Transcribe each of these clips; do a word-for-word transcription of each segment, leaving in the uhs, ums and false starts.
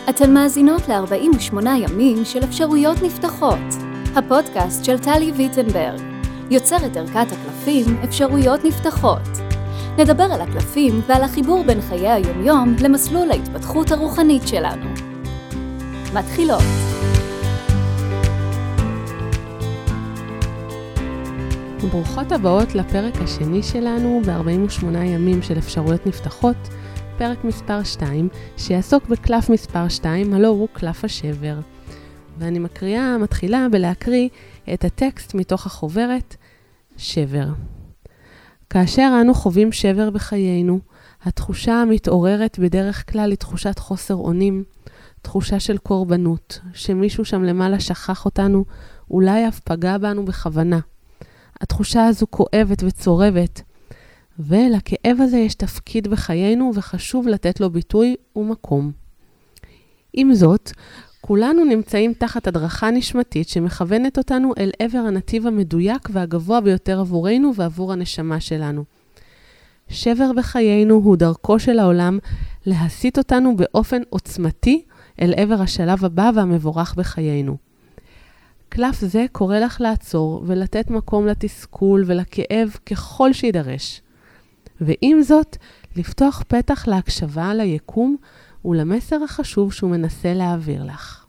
אתן מאזינות ל-ארבעים ושמונה ימים של אפשרויות נפתחות, הפודקאסט של טלי ויטנברג, יוצרת ערכת הקלפים אפשרויות נפתחות. נדבר על הקלפים ועל החיבור בין חיי היומיום למסלול ההתפתחות הרוחנית שלנו. מתחילות. ברוכות הבאות לפרק השני שלנו ב-ארבעים ושמונה ימים של אפשרויות נפתחות, פרק מספר שתיים, שיעסוק בקלף מספר שתיים, הלא הוא קלף השבר. ואני מקריאה, מתחילה בלהקריא את הטקסט מתוך החוברת שבר. כאשר אנו חווים שבר בחיינו, התחושה המתעוררת בדרך כלל היא תחושת חוסר אונים, תחושה של קורבנות, שמישהו שם למעלה שכח אותנו, אולי אף פגע בנו בכוונה. התחושה הזו כואבת וצורבת, ולכאב הזה יש תפקיד בחיינו וחשוב לתת לו ביטוי ומקום. עם זאת, כולנו נמצאים תחת הדרכה נשמתית שמכוונת אותנו אל עבר הנתיב המדויק והגבוה ביותר עבורנו ועבור הנשמה שלנו. שבר בחיינו הוא דרכו של העולם להסיט אותנו באופן עוצמתי אל עבר השלב הבא והמבורך בחיינו. קלף זה קורא לך לעצור ולתת מקום לתסכול ולכאב ככל שידרש. ועם זאת, לפתוח פתח להקשבה ליקום ולמסר החשוב שהוא מנסה להעביר לך.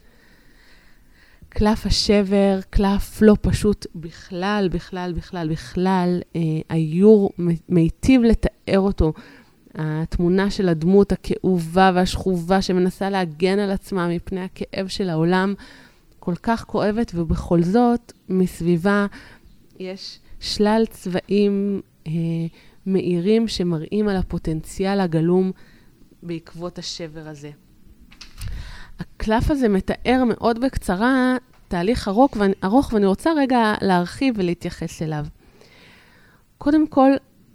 קלף השבר, קלף לא פשוט בכלל, בכלל, בכלל, בכלל, אה, האיור מיטיב לתאר אותו. התמונה של הדמות הכאובה והשכובה שמנסה להגן על עצמה מפני הכאב של העולם, כל כך כואבת, ובכל זאת, מסביבה יש שלל צבעים אה, מאירים שמראים על הפוטנציאל הגלום בעקבות השבר הזה. הקלף הזה מתאר מאוד בקצרה תהליך ארוך, ארוך ואני רוצה רגע להרחיב ולהתייחס אליו. קודם כל,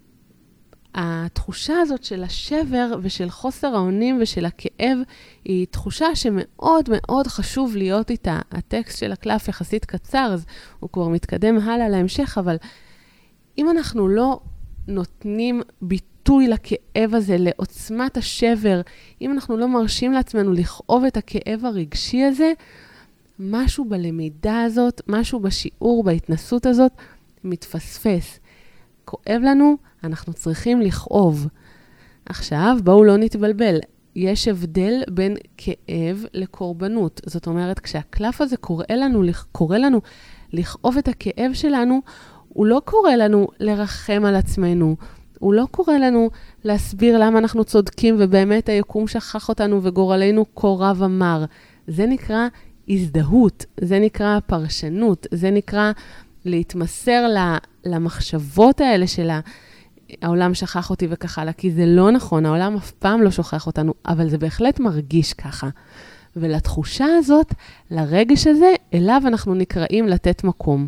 התחושה הזאת של השבר ושל חוסר האונים ושל הכאב היא תחושה שמאוד מאוד חשוב להיות איתה. הטקסט של הקלף יחסית קצר, אז הוא כבר מתקדם הלאה להמשך, אבל אם אנחנו לא נותנים ביטוי לכאב הזה, לעוצמת השבר, אם אנחנו לא מרשים לעצמנו לכאוב את הכאב הרגשי הזה, משהו בלמידה הזאת, משהו בשיעור, בהתנסות הזאת, מתפספס. כואב לנו, אנחנו צריכים לכאוב. עכשיו, בואו לא נתבלבל. יש הבדל בין כאב לקורבנות. זאת אומרת, כשהקלף הזה קורא לנו, קורא לנו לכאוב את הכאב שלנו, הוא לא קורא לנו לרחם על עצמנו. הוא לא קורא לנו להסביר למה אנחנו צודקים ובאמת היקום שכח אותנו וגורלנו כה רע ומר. זה נקרא הזדהות, זה נקרא פרשנות, זה נקרא להתמסר למחשבות האלה של העולם שכח אותי וככה לה, כי זה לא נכון, העולם אף פעם לא שוכח אותנו, אבל זה בהחלט מרגיש ככה. ולתחושה הזאת, לרגש הזה, אליו אנחנו נקראים לתת מקום.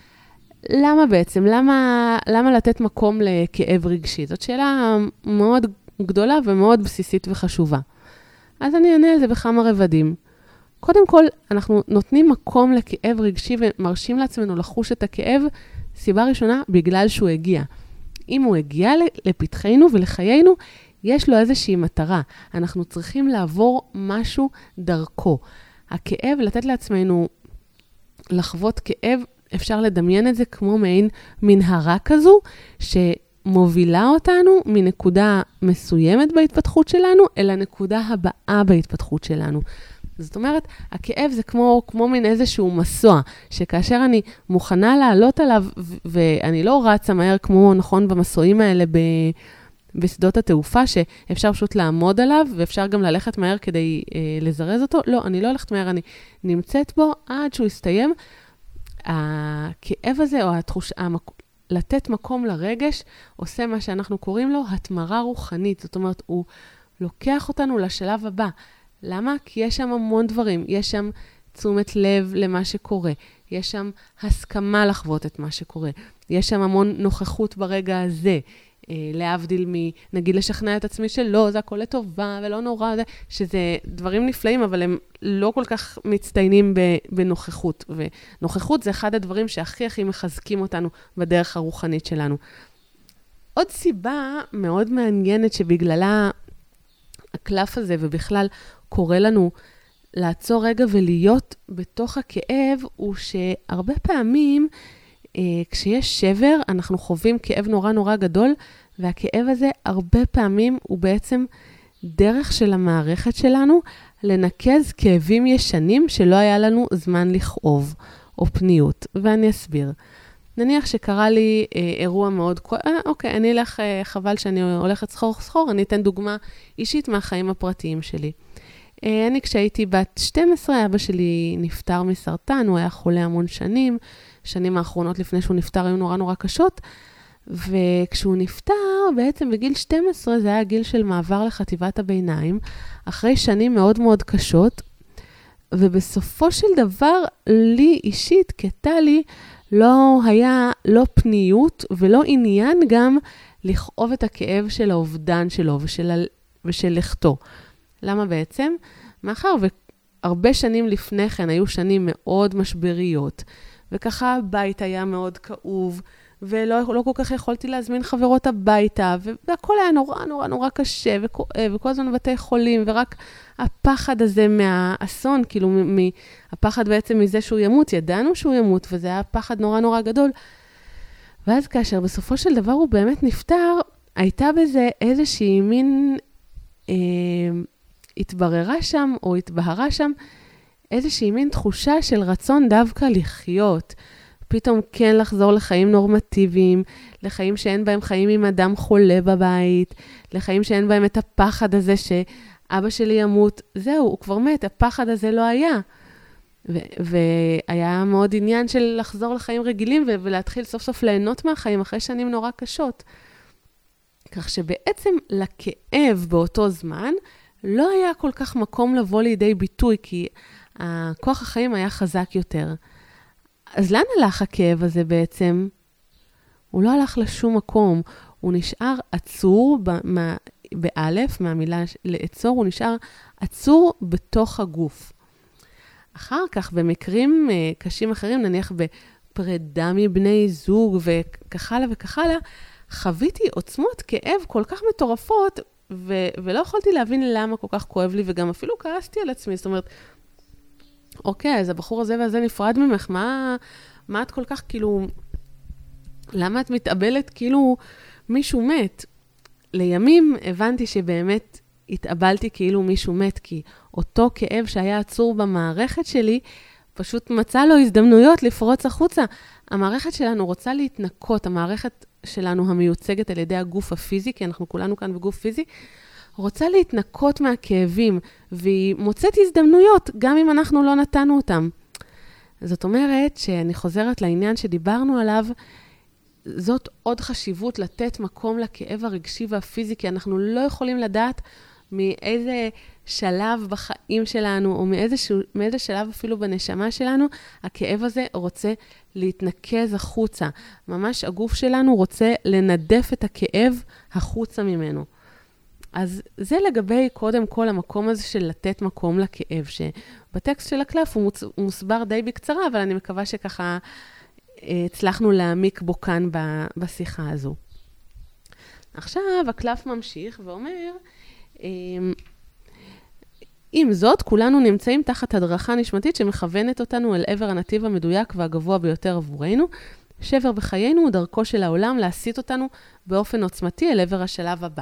למה בעצם? למה, למה לתת מקום לכאב רגשי? זאת שאלה מאוד גדולה ומאוד בסיסית וחשובה. אז אני אענה על זה בכמה רבדים. קודם כל, אנחנו נותנים מקום לכאב רגשי ומרשים לעצמנו לחוש את הכאב, סיבה ראשונה, בגלל שהוא הגיע. אם הוא הגיע לפתחנו ולחיינו, יש לו איזושהי מטרה. אנחנו צריכים לעבור משהו דרכו. הכאב, לתת לעצמנו לחוות כאב, אפשר לדמיין את זה כמו מעין מנהרה כזו, שמובילה אותנו מנקודה מסוימת בהתפתחות שלנו, אל הנקודה הבאה בהתפתחות שלנו. זאת אומרת, הכאב זה כמו, כמו מין איזשהו מסוע, שכאשר אני מוכנה לעלות עליו, ואני לא רצה מהר כמו נכון במסועים האלה ב, בשדות התעופה, שאפשר פשוט לעמוד עליו, ואפשר גם ללכת מהר כדי אה, לזרז אותו. לא, אני לא הולכת מהר, אני נמצאת בו עד שהוא יסתיים. הכאב הזה, או התחוש, המק... לתת מקום לרגש, עושה מה שאנחנו קוראים לו התמרה רוחנית. זאת אומרת, הוא לוקח אותנו לשלב הבא. למה? כי יש שם המון דברים. יש שם תשומת לב למה שקורה. יש שם הסכמה לחוות את מה שקורה. יש שם המון נוכחות ברגע הזה. להבדיל מ, נגיד לשכנע את עצמי שלא, זה הכל לטובה ולא נורא, שזה דברים נפלאים, אבל הם לא כל כך מצטיינים בנוכחות. ונוכחות זה אחד הדברים שהכי הכי מחזקים אותנו בדרך הרוחנית שלנו. עוד סיבה מאוד מעניינת שבגללה הקלף הזה, ובכלל קורא לנו לעצור רגע ולהיות בתוך הכאב, הוא שהרבה פעמים, אה, כשיש שבר, אנחנו חווים כאב נורא נורא גדול, והכאב הזה הרבה פעמים הוא בעצם דרך של המערכת שלנו, לנקז כאבים ישנים שלא היה לנו זמן לכאוב, או פניות. ואני אסביר. נניח שקרה לי אה, אירוע מאוד, אה, אוקיי, אני אלך, אה, חבל שאני הולכת סחור סחור, אני אתן דוגמה אישית מהחיים הפרטיים שלי. אה, אני כשהייתי בת שתים עשרה, אבא שלי נפטר מסרטן, הוא היה חולה המון שנים, שנים האחרונות לפני שהוא נפטר היו נורא נורא קשות, וכשהוא נפטר, בעצם בגיל שתים עשרה, זה היה גיל של מעבר לחטיבת הביניים, אחרי שנים מאוד מאוד קשות, ובסופו של דבר, לי אישית, כטלי, לא היה לא פניות ולא עניין גם לכאוב את הכאב של האובדן שלו ושל, ושל לכתו. למה בעצם? מאחר והרבה שנים לפני כן היו שנים מאוד משבריות, וככה הבית היה מאוד כאוב, ולא לא כל כך יכולתי להזמין חברות הביתה, והכל היה נורא נורא נורא קשה וכואב, וכל הזמן בבתי חולים, ורק הפחד הזה מהאסון, כאילו מ- הפחד בעצם מזה שהוא ימות, ידענו שהוא ימות, וזה היה פחד נורא נורא גדול. ואז כאשר בסופו של דבר הוא באמת נפטר, הייתה בזה איזושהי מין, אה, התבררה שם, או התבהרה שם, איזושהי מין תחושה של רצון דווקא לחיות, פתאום כן לחזור לחיים נורמטיביים, לחיים שאין בהם חיים עם אדם חולה בבית, לחיים שאין בהם את הפחד הזה שאבא שלי ימות, זהו, הוא כבר מת, הפחד הזה לא היה. ו- והיה מאוד עניין של לחזור לחיים רגילים, ו- ולהתחיל סוף סוף ליהנות מהחיים אחרי שנים נורא קשות. כך שבעצם לכאב באותו זמן, לא היה כל כך מקום לבוא לידי ביטוי, כי הכוח החיים היה חזק יותר. אז לאן הלך הכאב הזה בעצם? הוא לא הלך לשום מקום, הוא נשאר עצור, מה, באלף, מהמילה לעצור, הוא נשאר עצור בתוך הגוף. אחר כך, במקרים uh, קשים אחרים, נניח בפרידה מבני זוג וכך הלאה וכך הלאה, חוויתי עוצמות כאב כל כך מטורפות, ו- ולא יכולתי להבין למה כל כך כואב לי, וגם אפילו כעסתי על עצמי, זאת אומרת, אוקיי, אז הבחור הזה והזה נפרד ממך, מה, מה את כל כך, כאילו, למה את מתאבלת כאילו מישהו מת? לימים הבנתי שבאמת התאבלתי כאילו מישהו מת, כי אותו כאב שהיה עצור במערכת שלי, פשוט מצא לו הזדמנויות לפרוץ החוצה. המערכת שלנו רוצה להתנקות, המערכת שלנו המיוצגת על ידי הגוף הפיזי, כי אנחנו כולנו כאן בגוף פיזי, רוצה להתנקות מהכאבים, והיא מוצאת הזדמנויות, גם אם אנחנו לא נתנו אותם. זאת אומרת שאני חוזרת לעניין שדיברנו עליו, זאת עוד חשיבות לתת מקום לכאב הרגשי והפיזי, כי אנחנו לא יכולים לדעת מאיזה שלב בחיים שלנו, או מאיזה, מאיזה שלב אפילו בנשמה שלנו, הכאב הזה רוצה להתנקז החוצה. ממש הגוף שלנו רוצה לנדף את הכאב החוצה ממנו. אז זה לגבי קודם כל המקום הזה של לתת מקום לכאב, שבטקסט של הקלף הוא, מוצ... הוא מוסבר די בקצרה, אבל אני מקווה שככה הצלחנו להעמיק בו כאן ב... בשיחה הזו. עכשיו הקלף ממשיך ואומר, עם זאת, כולנו נמצאים תחת הדרכה נשמתית שמכוונת אותנו אל עבר הנתיב המדויק והגבוה ביותר עבורנו. שבר בחיינו הוא דרכו של העולם להסיט אותנו באופן עוצמתי אל עבר השלב הבא.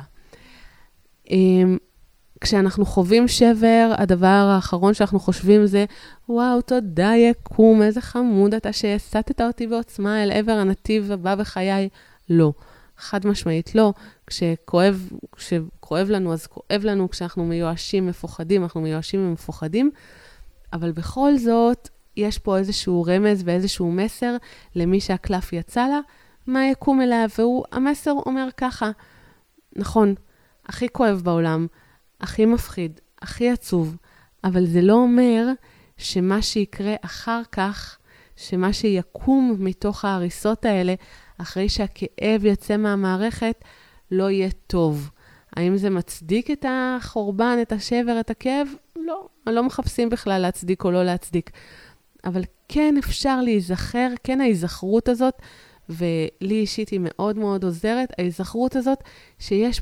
כשאנחנו חווים שבר, הדבר האחרון שאנחנו חושבים זה, וואו, תודה יקום, איזה חמוד אתה שהסתת אותי בעוצמה אל עבר הנתיב הבא בחיי. לא, חד משמעית לא. כשכואב, כשכואב לנו, אז כואב לנו, כשאנחנו מיואשים, מפוחדים, אנחנו מיואשים ומפוחדים, אבל בכל זאת, יש פה איזשהו רמז ואיזשהו מסר למי שהקלף יצא לה, מה יקום אליה, והוא, המסר אומר ככה, נכון, הכי כואב בעולם, הכי מפחיד, הכי עצוב, אבל זה לא אומר שמה שיקרה אחר כך, שמה שיקום מתוך ההריסות האלה, אחרי שהכאב יצא מהמערכת, לא יהיה טוב. האם זה מצדיק את החורבן, את השבר, את הכאב? לא, לא מחפשים בכלל להצדיק או לא להצדיק. אבל כן אפשר להיזכר, כן ההיזכרות הזאת, ולי אישית היא מאוד מאוד עוזרת, ההיזכרות הזאת שיש פה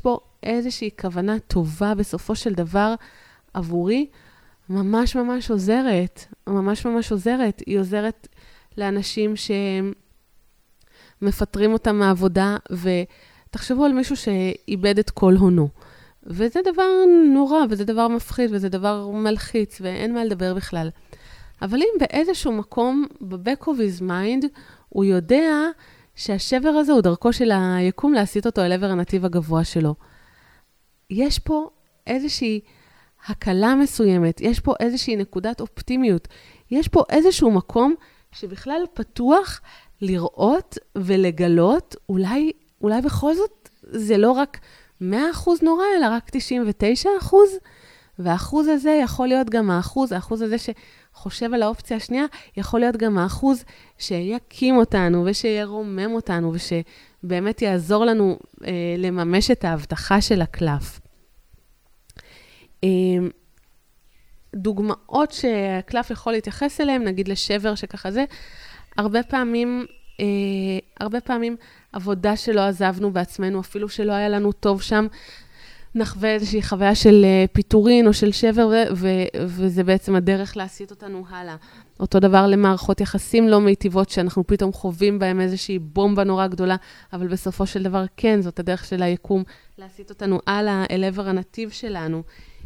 איזושהי כוונה טובה בסופו של דבר עבורי, ממש ממש עוזרת. ממש ממש עוזרת. היא עוזרת לאנשים שמפטרים אותם מהעבודה, ותחשבו על מישהו שאיבד את כל הונו. וזה דבר נורא, וזה דבר מפחיד, וזה דבר מלחיץ, ואין מה לדבר בכלל. אבל אם באיזשהו מקום, ב-back of his mind, הוא יודע שהשבר הזה הוא דרכו של היקום להסיט אותו אל עבר הנתיב הגבוה שלו. יש פה איזושהי הקלה מסוימת, יש פה איזושהי נקודת אופטימיות, יש פה איזשהו מקום שבכלל פתוח לראות ולגלות, אולי, אולי בכל זאת זה לא רק מאה אחוז נורא, אלא רק תשעים ותשעה אחוז, והאחוז הזה יכול להיות גם האחוז, האחוז הזה שחושב על האופציה השנייה, יכול להיות גם האחוז שיקים אותנו ושירומם אותנו, ושבאמת יעזור לנו אה, לממש את ההבטחה של הקלף. אה, דוגמאות שהקלף יכול להתייחס אליהם, נגיד לשבר שככה זה, הרבה פעמים, אה, הרבה פעמים עבודה שלא עזבנו בעצמנו, אפילו שלא היה לנו טוב שם, נחווה איזושהי חוויה של פיטורין או של שבר, ו- ו- וזה בעצם הדרך להסיט אותנו הלאה. אותו דבר למערכות יחסים לא מיטיבות, שאנחנו פתאום חווים בהם איזושהי בומבה נורא גדולה, אבל בסופו של דבר כן, זאת הדרך של היקום להסיט אותנו הלאה, אל עבר הנתיב שלנו.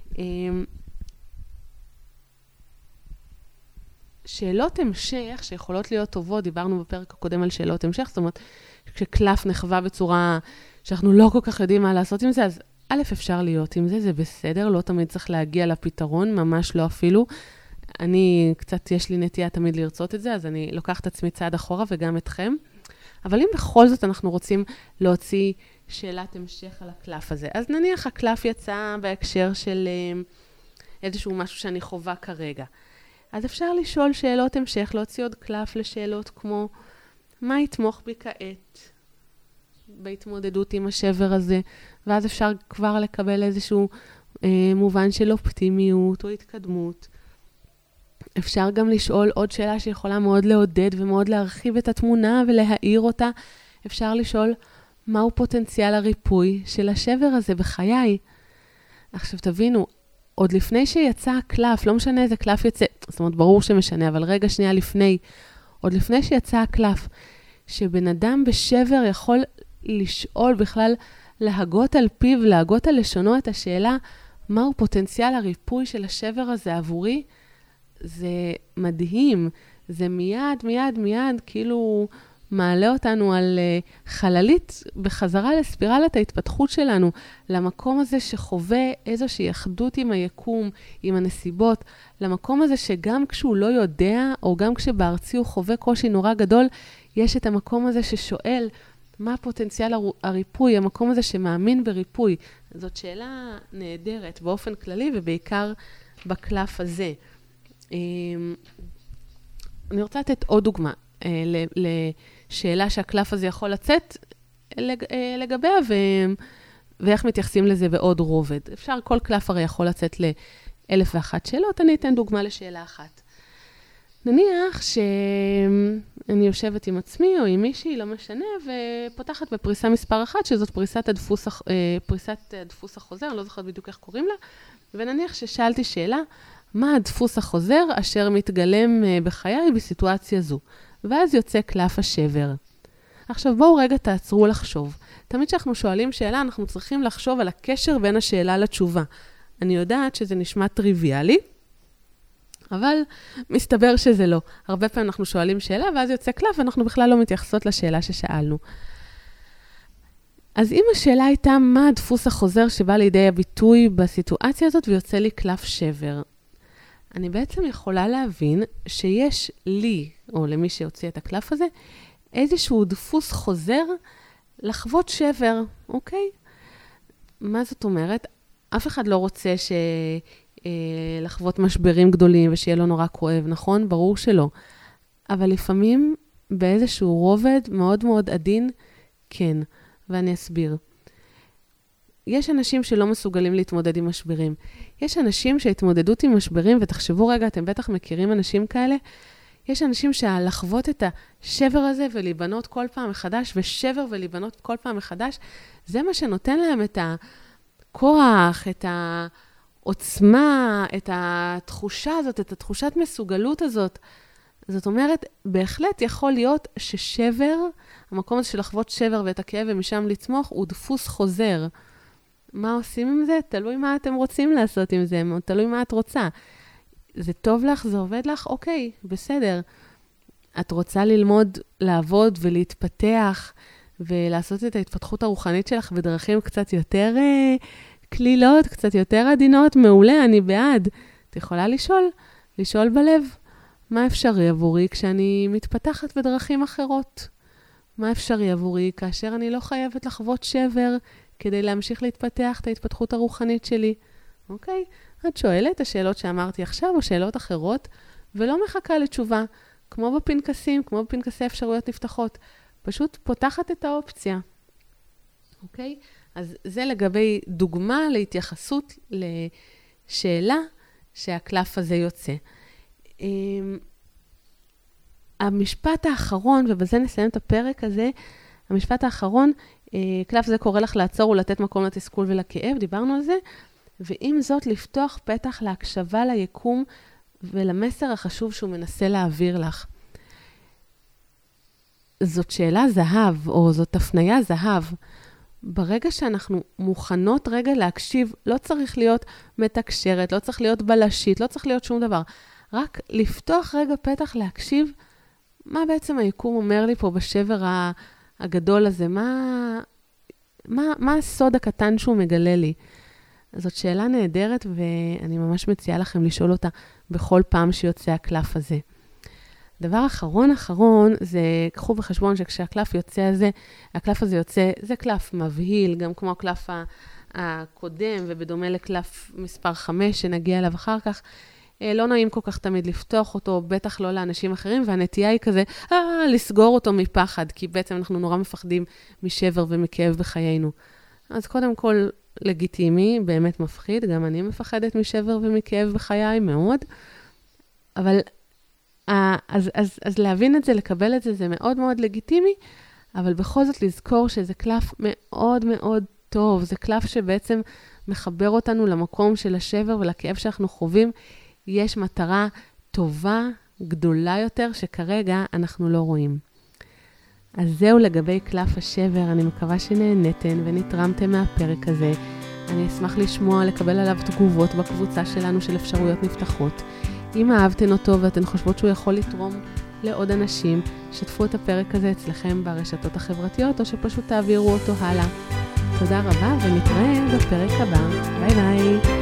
שאלות המשך שיכולות להיות טובות, דיברנו בפרק הקודם על שאלות המשך, זאת אומרת, כשקלף נחווה בצורה שאנחנו לא כל כך יודעים מה לעשות עם זה, אז א', אפשר להיות עם זה, זה בסדר, לא תמיד צריך להגיע לפתרון, ממש לא אפילו. אני, קצת יש לי נטייה תמיד לרצות את זה, אז אני לוקחת עצמי צעד אחורה וגם אתכם. אבל אם בכל זאת אנחנו רוצים להוציא שאלת המשך על הקלף הזה, אז נניח הקלף יצא בהקשר של איזשהו משהו שאני חובה כרגע. אז אפשר לשאול שאלות המשך, להוציא עוד קלף לשאלות כמו, מה יתמוך בי כעת בהתמודדות עם השבר הזה, ואז אפשר כבר לקבל איזשהו אה, מובן של אופטימיות או התקדמות. אפשר גם לשאול עוד שאלה שיכולה מאוד לעודד ומאוד להרחיב את התמונה ולהאיר אותה. אפשר לשאול מהו פוטנציאל הריפוי של השבר הזה בחיי. עכשיו תבינו, עוד לפני שיצא הקלף, לא משנה איזה קלף יצא, זאת אומרת ברור שמשנה, אבל רגע שנייה לפני, עוד לפני שיצא הקלף, שבן אדם בשבר יכול לשאול בכלל, להגות על פיו, להגות על לשונו את השאלה, מהו פוטנציאל הריפוי של השבר הזה עבורי? זה מדהים, זה מיד, מיד, מיד, כאילו מעלה אותנו על uh, חללית בחזרה לספירלת ההתפתחות שלנו, למקום הזה שחווה איזושהי אחדות עם היקום, עם הנסיבות, למקום הזה שגם כשהוא לא יודע, או גם כשבארצי הוא חווה קושי נורא גדול, יש את המקום הזה ששואל, מה הפוטנציאל הריפוי, המקום הזה שמאמין בריפוי? זאת שאלה נהדרת באופן כללי, ובעיקר בקלף הזה. אני רוצה לתת עוד דוגמה לשאלה שהקלף הזה יכול לצאת לגביה, ואיך מתייחסים לזה בעוד רובד. אפשר, כל קלף הרי יכול לצאת לאלף ואחת שאלות, אני אתן דוגמה לשאלה אחת. נניח שאני יושבת עם עצמי או עם מישהי, לא משנה, ופותחת בפריסה מספר אחת, שזאת פריסת הדפוס, פריסת הדפוס החוזר, אני לא זוכרת בדיוק איך קוראים לה, ונניח ששאלתי שאלה, מה הדפוס החוזר אשר מתגלם בחיי בסיטואציה זו? ואז יוצא קלף השבר. עכשיו בואו רגע תעצרו לחשוב. תמיד שאנחנו שואלים שאלה, אנחנו צריכים לחשוב על הקשר בין השאלה לתשובה. אני יודעת שזה נשמע טריוויאלי, אבל מסתבר שזה לא. הרבה פעמים אנחנו שואלים שאלה, ואז יוצא קלף, ואנחנו בכלל לא מתייחסות לשאלה ששאלנו. אז אם השאלה הייתה, מה הדפוס החוזר שבא לידי הביטוי בסיטואציה הזאת, ויוצא לי קלף שבר? אני בעצם יכולה להבין שיש לי, או למי שיוצא את הקלף הזה, איזשהו דפוס חוזר לחוות שבר, אוקיי? מה זאת אומרת? אף אחד לא רוצה ש... לחוות משברים גדולים ושיהיה לו נורא כואב, נכון? ברור שלא. אבל לפעמים באיזשהו רובד מאוד מאוד עדין, כן. ואני אסביר. יש אנשים שלא מסוגלים להתמודד עם משברים. יש אנשים שהתמודדות עם משברים, ותחשבו רגע, אתם בטח מכירים אנשים כאלה, יש אנשים שלחוות את השבר הזה ולהיבנות כל פעם מחדש, ושבר ולהיבנות כל פעם מחדש, זה מה שנותן להם את ה... הכוח, את העוצמה, את התחושה הזאת, את התחושת מסוגלות הזאת. זאת אומרת, בהחלט יכול להיות ששבר, המקום הזה של לחוות שבר ואת הכאב ומשם לצמוח, הוא דפוס חוזר. מה עושים עם זה? תלוי מה אתם רוצים לעשות עם זה, תלוי מה את רוצה. זה טוב לך, זה עובד לך? אוקיי, בסדר. את רוצה ללמוד, לעבוד ולהתפתח, ולעשות את ההתפתחות הרוחנית שלך בדרכים קצת יותר אה, כלילות, קצת יותר עדינות, מעולה, אני בעד. את יכולה לשאול, לשאול בלב, מה אפשרי עבורי כשאני מתפתחת בדרכים אחרות? מה אפשרי עבורי כאשר אני לא חייבת לחוות שבר כדי להמשיך להתפתח את ההתפתחות הרוחנית שלי? אוקיי? את שואלת השאלות שאמרתי עכשיו, או שאלות אחרות, ולא מחכה לתשובה, כמו בפנקסים, כמו בפנקסי אפשרויות נפתחות. פשוט פותחת את האופציה. אוקיי? אז זה לגבי דוגמה להתייחסות לשאלה שהקלף הזה יוצא. המשפט האחרון, ובזה נסיים את הפרק הזה, המשפט האחרון, קלף זה קורא לך לעצור ולתת מקום לתסכול ולכאב, דיברנו על זה, ועם זאת לפתוח פתח להקשבה ליקום ולמסר החשוב שהוא מנסה להעביר לך. זאת שאלה זהב, או זאת הפניה זהב. ברגע שאנחנו מוכנות רגע להקשיב, לא צריך להיות מתקשרת, לא צריך להיות בלשית, לא צריך להיות שום דבר. רק לפתוח רגע פתח להקשיב, מה בעצם היקום אומר לי פה בשבר הגדול הזה? מה, מה, מה הסוד הקטן שהוא מגלה לי? זאת שאלה נהדרת, ואני ממש מציעה לכם לשאול אותה בכל פעם שיוצא הקלף הזה. דבר אחרון אחרון, זה קחו בחשבון שכשהקלף יוצא הזה, הקלף הזה יוצא, זה קלף מבהיל, גם כמו הקלף הקודם, ובדומה לקלף מספר חמש שנגיע אליו אחר כך, לא נעים כל כך תמיד לפתוח אותו, בטח לא לאנשים אחרים, והנטייה היא כזה, אה, לסגור אותו מפחד, כי בעצם אנחנו נורא מפחדים משבר ומכאב בחיינו. אז קודם כל, לגיטימי, באמת מפחיד, גם אני מפחדת משבר ומכאב בחיי מאוד, אבל אז, אז, אז להבין את זה, לקבל את זה, זה מאוד מאוד לגיטימי, אבל בכל זאת לזכור שזה קלף מאוד מאוד טוב, זה קלף שבעצם מחבר אותנו למקום של השבר ולכאב שאנחנו חווים, יש מטרה טובה, גדולה יותר, שכרגע אנחנו לא רואים. אז זהו לגבי קלף השבר, אני מקווה שנהנתן ונתרמתם מהפרק הזה. אני אשמח לשמוע, לקבל עליו תגובות בקבוצה שלנו של אפשרויות נפתחות. אם אהבתן אותו ואתן חושבות שהוא יכול לתרום לעוד אנשים, שתפו את הפרק הזה אצלכם ברשתות החברתיות, או שפשוט תעבירו אותו הלאה. תודה רבה ונתראה בפרק הבא. ביי ביי.